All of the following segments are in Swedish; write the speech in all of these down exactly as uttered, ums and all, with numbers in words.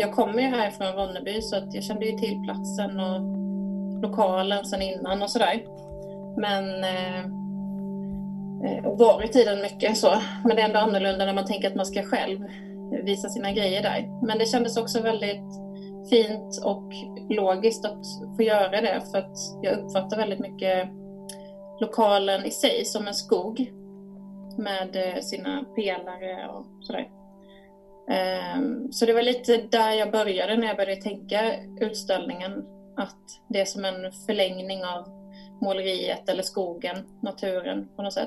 jag kommer ju här från Ronneby så att jag kände ju till platsen och lokalen sedan innan och sådär. Men eh, och varit i den mycket så. Men det är ändå annorlunda när man tänker att man ska själv visa sina grejer där. Men det kändes också väldigt fint och logiskt att få göra det, för att jag uppfattar väldigt mycket lokalen i sig som en skog med sina pelare och sådär. Så det var lite där jag började när jag började tänka utställningen, att det är som en förlängning av måleriet eller skogen, naturen på något sätt.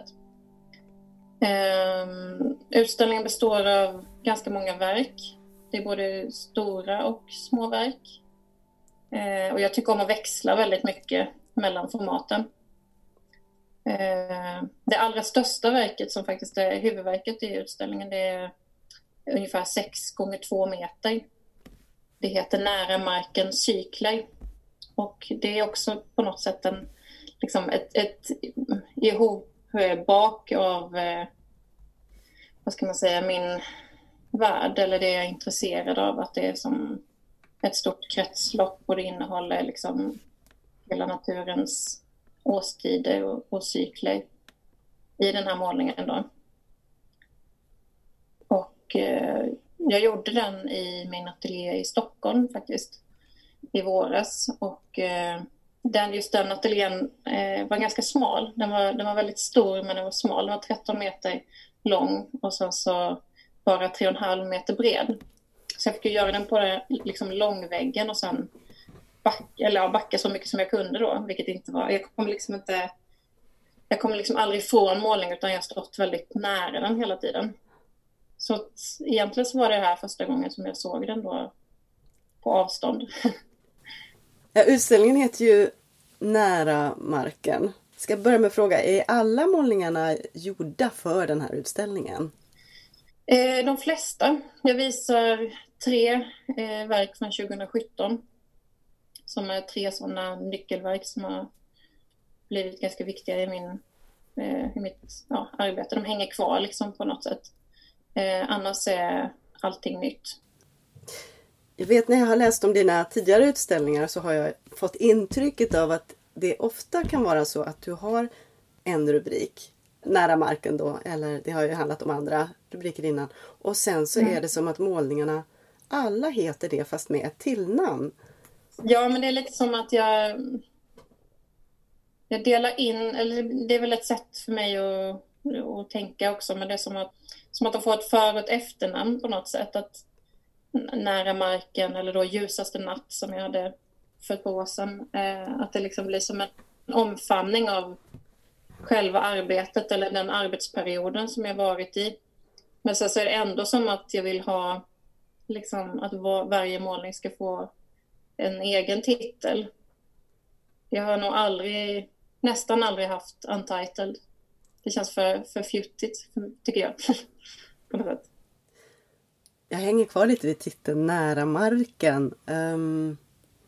Utställningen består av ganska många verk. Det är både stora och små verk. Eh, och jag tycker om att växla väldigt mycket mellan formaten. Eh, det allra största verket, som faktiskt är huvudverket i utställningen, det är ungefär sex gånger två meter. Det heter Nära marken cykler. Och det är också på något sätt en, liksom ett, ett ihopbak av eh, vad ska man säga, min värld, eller det jag är intresserad av, att det är som ett stort kretslopp och det innehåller liksom hela naturens årstider och, och cykler i den här målningen då. Och eh, jag gjorde den i min ateljé i Stockholm faktiskt i våras, och eh, den, just den ateljén eh, var ganska smal. Den var, den var väldigt stor, men den var smal. Den var tretton meter lång och så, så bara tre och en halv meter bred. Så jag fick göra den på det, liksom långväggen, och sen backa, eller ja, backa så mycket som jag kunde då, vilket inte var, jag kom liksom inte jag kom liksom aldrig ifrån målning, utan jag har stått väldigt nära den hela tiden. Så att, egentligen så var det här första gången som jag såg den då på avstånd. Ja, utställningen heter ju Nära marken. Ska jag börja med att fråga, är alla målningarna gjorda för den här utställningen? Eh, de flesta. Jag visar tre eh, verk från tjugohundrasjutton. Som är tre sådana nyckelverk som har blivit ganska viktiga i, min, eh, i mitt ja, arbete. De hänger kvar liksom på något sätt. Eh, annars är allting nytt. Jag vet, när jag har läst om dina tidigare utställningar så har jag fått intrycket av att det ofta kan vara så att du har en rubrik, Nära marken då, eller det har ju handlat om andra rubriker innan. Och sen så mm. är det som att målningarna, alla heter det fast med ett tillnamn. Ja, men det är lite som att jag, jag delar in, eller det är väl ett sätt för mig att, att tänka också, men det är som att, som att de får ett för- och ett efternamn på något sätt. Att Nära marken, eller då Ljusaste natt som jag hade för ett par år sedan, eh, att det liksom blir som en omfamning av själva arbetet eller den arbetsperioden som jag varit i. Men sen så är det ändå som att jag vill ha liksom att var, varje målning ska få en egen titel. Jag har nog aldrig, nästan aldrig haft untitled. Det känns för, för fjuttigt, tycker jag. På något sätt. Jag hänger kvar lite vid titeln Nära marken. Um,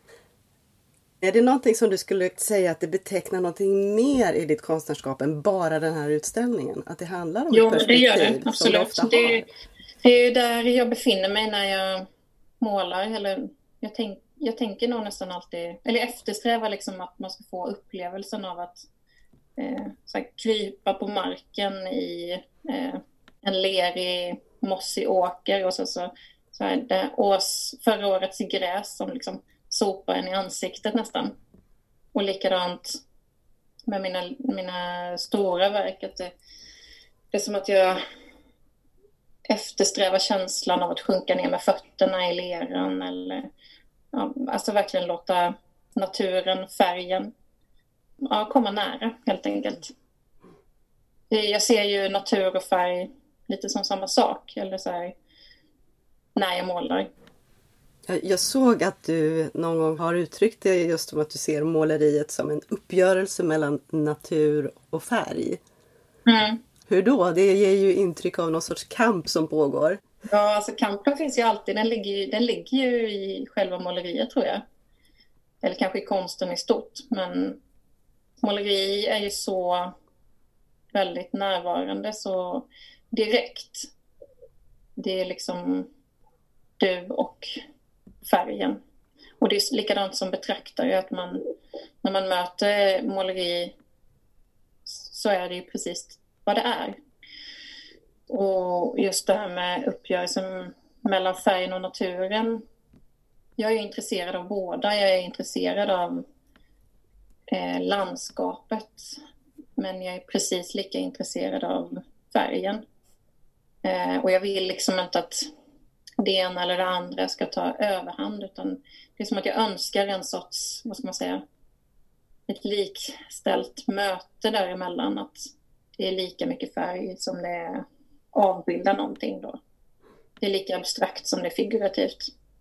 är det någonting som du skulle säga att det betecknar någonting mer i ditt konstnärskap än bara den här utställningen? Att det handlar om jo, ett perspektiv? Jo, det gör det. Absolut. Som det, det, det är ju där jag befinner mig när jag målar. Eller jag, tänk, jag tänker nog nästan alltid, eller eftersträvar liksom att man ska få upplevelsen av att eh, så här, krypa på marken i eh, en lerig mossig åker, och så, så, så här, det års, förra årets gräs som liksom sopar en i ansiktet nästan. Och likadant med mina, mina stora verk. Att det, det är som att jag eftersträvar känslan av att sjunka ner med fötterna i leran, eller ja, alltså verkligen låta naturen, färgen ja, komma nära helt enkelt. Jag ser ju natur och färg lite som samma sak, eller så här, när jag målar. Jag såg att du någon gång har uttryckt det just om att du ser måleriet som en uppgörelse mellan natur och färg. Mm. Hur då? Det ger ju intryck av någon sorts kamp som pågår. Ja, alltså kampen finns ju alltid. Den ligger ju, den ligger ju i själva måleriet, tror jag. Eller kanske i konsten i stort. Men måleri är ju så väldigt närvarande, så direkt. Det är liksom du och färgen. Och det är likadant som betraktare, att man, när man möter måleri så är det ju precis vad det är. Och just det här med uppgörelsen mellan färgen och naturen. Jag är intresserad av båda. Jag är intresserad av eh, landskapet. Men jag är precis lika intresserad av färgen. Eh, och jag vill liksom inte att det ena eller det andra ska ta överhand. Utan det är som att jag önskar en sorts, vad ska man säga, ett likställt möte däremellan. Att det är lika mycket färg som det är avbilda någonting då. Det är lika abstrakt som det är figurativt.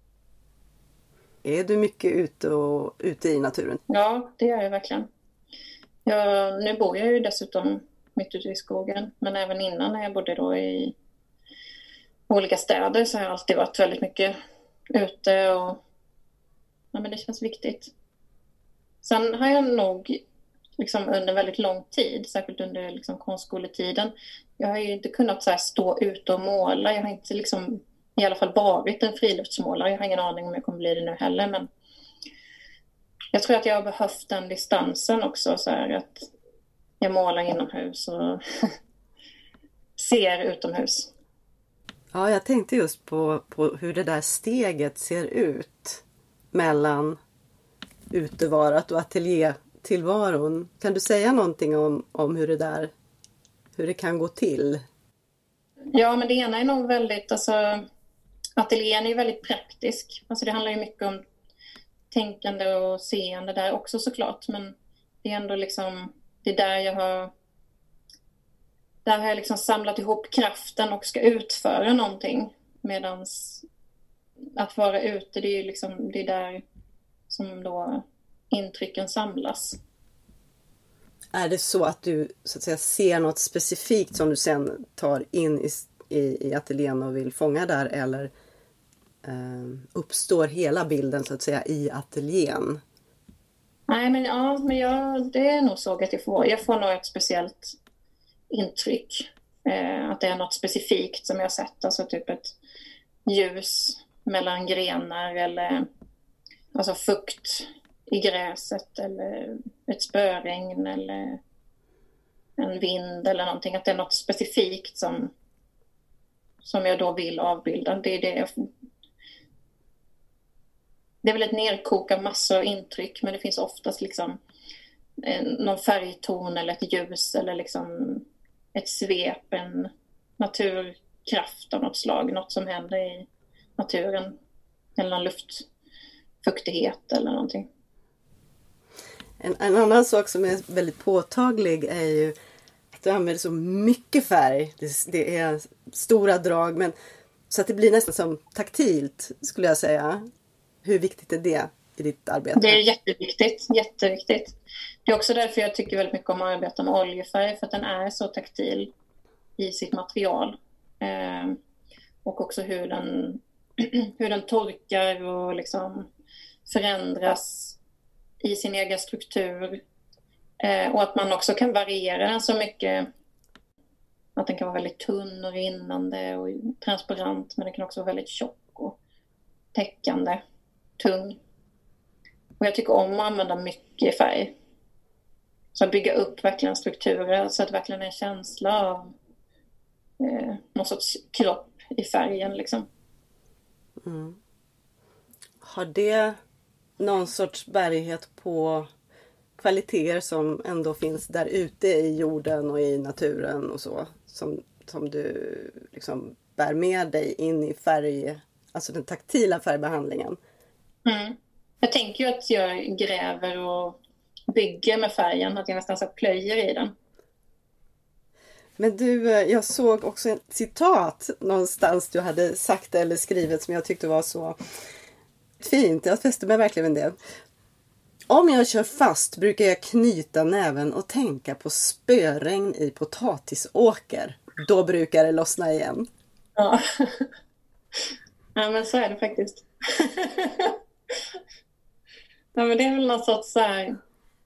Är du mycket ute, och, ute i naturen? Ja, det är jag verkligen. Jag, nu bor jag ju dessutom mitt ute i skogen. Men även innan när jag bodde då i olika städer så har jag alltid varit väldigt mycket ute. Och ja, men det känns viktigt. Sen har jag nog liksom under väldigt lång tid, särskilt under liksom konstskoletiden. Jag har ju inte kunnat så här stå ute och måla. Jag har inte liksom i alla fall varit en friluftsmålare. Jag har ingen aning om jag kommer bli det nu heller. Men jag tror att jag har behövt den distansen också. Så här att jag målar inomhus och ser utomhus. Ja, jag tänkte just på, på hur det där steget ser ut mellan utevarat och ateljétillvaron. Kan du säga någonting om, om hur det där, hur det kan gå till? Ja, men det ena är nog väldigt, alltså ateljén är väldigt praktisk. Alltså det handlar ju mycket om tänkande och seende där också såklart. Men det är ändå liksom, det är där jag har, där har jag liksom samlat ihop kraften och ska utföra någonting. Medans att vara ute, det är ju liksom, det är där som då intrycken samlas. Är det så att du så att säga ser något specifikt som du sen tar in i, i, i ateljén och vill fånga där, eller eh, uppstår hela bilden så att säga i ateljén? Nej, men ja, men jag, det är nog så att jag får, jag får nog ett speciellt intryck. Eh, att det är något specifikt som jag sett, alltså typ ett ljus mellan grenar eller alltså fukt i gräset eller ett spöregn eller en vind eller någonting. Att det är något specifikt som, som jag då vill avbilda. Det är det jag, det är väl ett nerkok av massor av intryck, men det finns oftast liksom någon färgton eller ett ljus eller liksom ett svep, en naturkraft av något slag, något som händer i naturen eller någon luftfuktighet eller någonting. En, en annan sak som är väldigt påtaglig är ju att du använder så mycket färg. Det, det är stora drag, men så att det blir nästan som taktilt, skulle jag säga. Hur viktigt är det i ditt arbete? Det är jätteviktigt, jätteviktigt. Det är också därför jag tycker väldigt mycket om att arbeta med oljefärg, för att den är så taktil i sitt material. Eh, och också hur den, hur den torkar och liksom förändras i sin egen struktur. Eh, och att man också kan variera den så mycket. Att den kan vara väldigt tunn och rinnande och transparent, men den kan också vara väldigt tjock och täckande, tung. Och jag tycker om att använda mycket färg. Så att bygga upp verkligen strukturer så att det verkligen är en känsla av eh, någon sorts kropp i färgen liksom. Mm. Har det någon sorts bärighet på kvaliteter som ändå finns där ute i jorden och i naturen och så, som, som du liksom bär med dig in i färg, alltså den taktila färgbehandlingen? Mm. Jag tänker ju att jag gräver och bygger med färgen, att jag nästan så plöjer i den. Men du, jag såg också ett citat någonstans du hade sagt eller skrivit som jag tyckte var så fint. Jag fäste mig verkligen med det. Om jag kör fast brukar jag knyta näven och tänka på spöregn i potatisåker. Då brukar det lossna igen. Ja, ja men så är det faktiskt. Ja, men det är väl något sorts så här...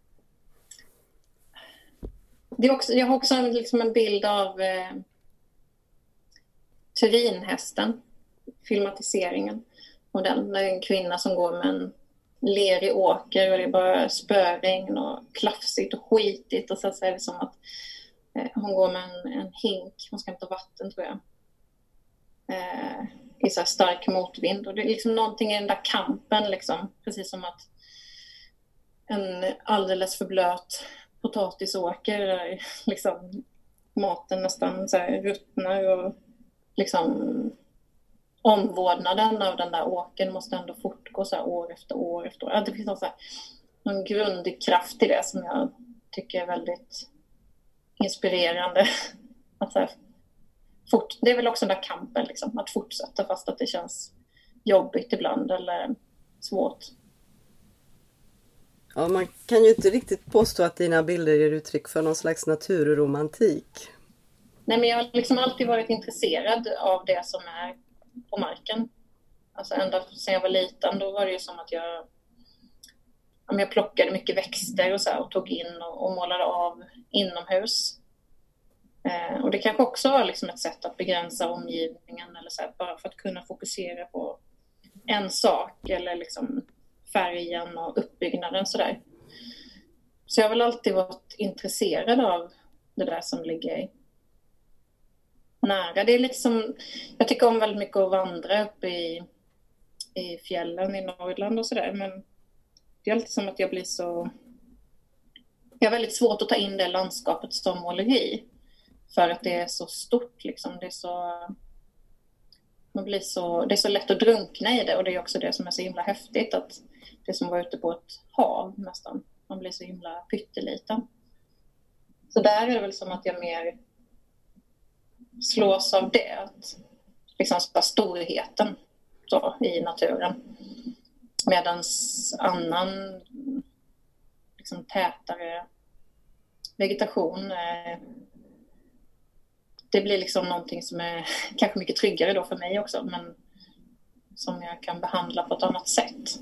Det är också, jag har också liksom en bild av eh, Turinhästen, filmatiseringen. Och den, det är en kvinna som går med en lerig åker och det är bara spöregn och klafsigt och skitigt. Och sen så är det som att eh, hon går med en, en hink, hon ska hämta vatten tror jag. Eh, I så här stark motvind. Och det är liksom någonting i den där kampen liksom. Precis som att en alldeles för blöt potatisåker där liksom maten nästan så här ruttnar och liksom omvårdnaden av den där åkern måste ändå fortgå så här år efter år efter år. Det finns någon, så här, någon grundkraft i det som jag tycker är väldigt inspirerande. Att så här, fort, det är väl också den där kampen liksom, att fortsätta fast att det känns jobbigt ibland eller svårt. Ja, man kan ju inte riktigt påstå att dina bilder ger uttryck för någon slags naturromantik. Nej, men jag har liksom alltid varit intresserad av det som är på marken. Alltså ända sedan jag var liten, då var det ju som att jag, jag plockade mycket växter och så här, och tog in och, och målade av inomhus. Eh, och det kanske också var liksom ett sätt att begränsa omgivningen eller så här, bara för att kunna fokusera på en sak eller liksom färgen och uppbyggnaden så där. Så jag har väl alltid varit intresserad av det där som ligger nära. Det är lite som, jag tycker om väldigt mycket att vandra upp i, i fjällen i Norrland och sådär, men det är alltid som att jag blir så, jag har väldigt svårt att ta in det landskapet som måleri för att det är så stort liksom, det är så man blir så, det är så lätt att drunkna i det och det är också det som är så himla häftigt att det som var ute på ett hav nästan, man blir så himla pytteliten. Så där är det väl som att jag mer slås av det, att liksom storheten så, i naturen. Medan annan liksom tätare vegetation eh, det blir liksom någonting som är kanske mycket tryggare då för mig också, men som jag kan behandla på ett annat sätt.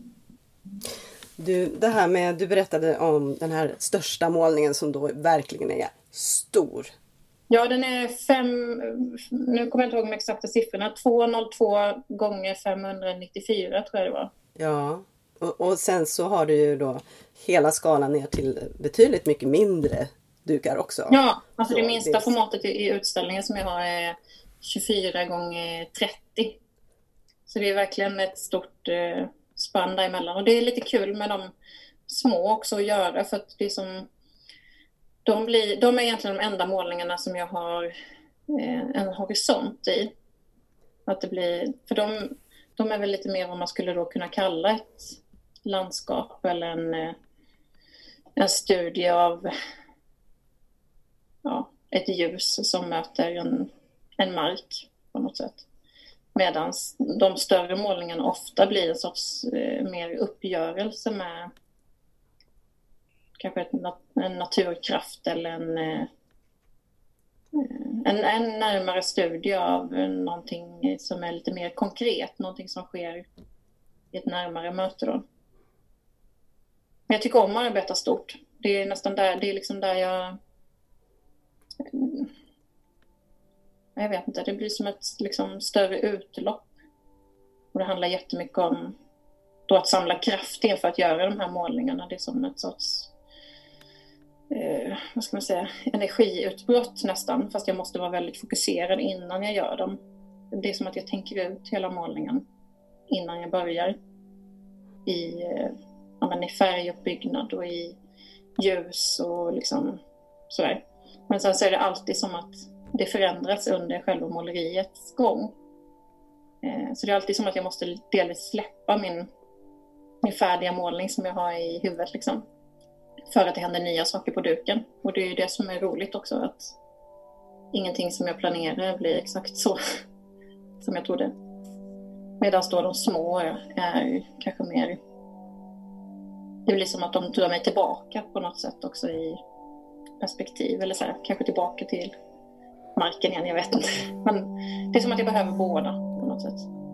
Du, det här med, du berättade om den här största målningen som då verkligen är stor. Ja, den är fem, nu kommer jag inte ihåg de exakta siffrorna, tvåhundratvå gånger femhundranittiofyra tror jag det var. Ja, och, och sen så har du ju då hela skalan ner till betydligt mycket mindre dukar också. Ja, alltså så det minsta det... formatet i, i utställningen som jag har är tjugofyra gånger trettio. Så det är verkligen ett stort eh, spann däremellan. Och det är lite kul med de små också att göra för att det är som De, blir, de är egentligen de enda målningarna som jag har eh, en horisont i. Att det blir, för de, de är väl lite mer vad man skulle då kunna kalla ett landskap eller en, eh, en studie av ja, ett ljus som möter en, en mark på något sätt. Medan de större målningarna ofta blir en sorts eh, mer uppgörelse med kanske en naturkraft eller en, en, en närmare studie av någonting som är lite mer konkret, någonting som sker i ett närmare möte då. Men jag tycker om att arbeta stort. Det är nästan där, det är liksom där jag jag vet inte, det blir som ett liksom större utlopp. Och det handlar jättemycket om då att samla kraft inför att göra de här målningarna. Det är som ett sorts Eh, vad ska man säga, energiutbrott nästan, fast jag måste vara väldigt fokuserad innan jag gör dem. Det är som att jag tänker ut hela målningen innan jag börjar i, eh, ja, men i färguppbyggnad och i ljus och liksom sådär. Men sen så är det alltid som att det förändras under själva måleriets gång. Eh, så det är alltid som att jag måste delvis släppa min, min färdiga målning som jag har i huvudet liksom. För att det händer nya saker på duken. Och det är ju det som är roligt också. Att ingenting som jag planerar blir exakt så som jag trodde. Medan då de små är kanske mer... Det blir som att de drar mig tillbaka på något sätt också i perspektiv. Eller så här, kanske tillbaka till marken igen, jag vet inte. Men det är som att jag behöver båda på något sätt.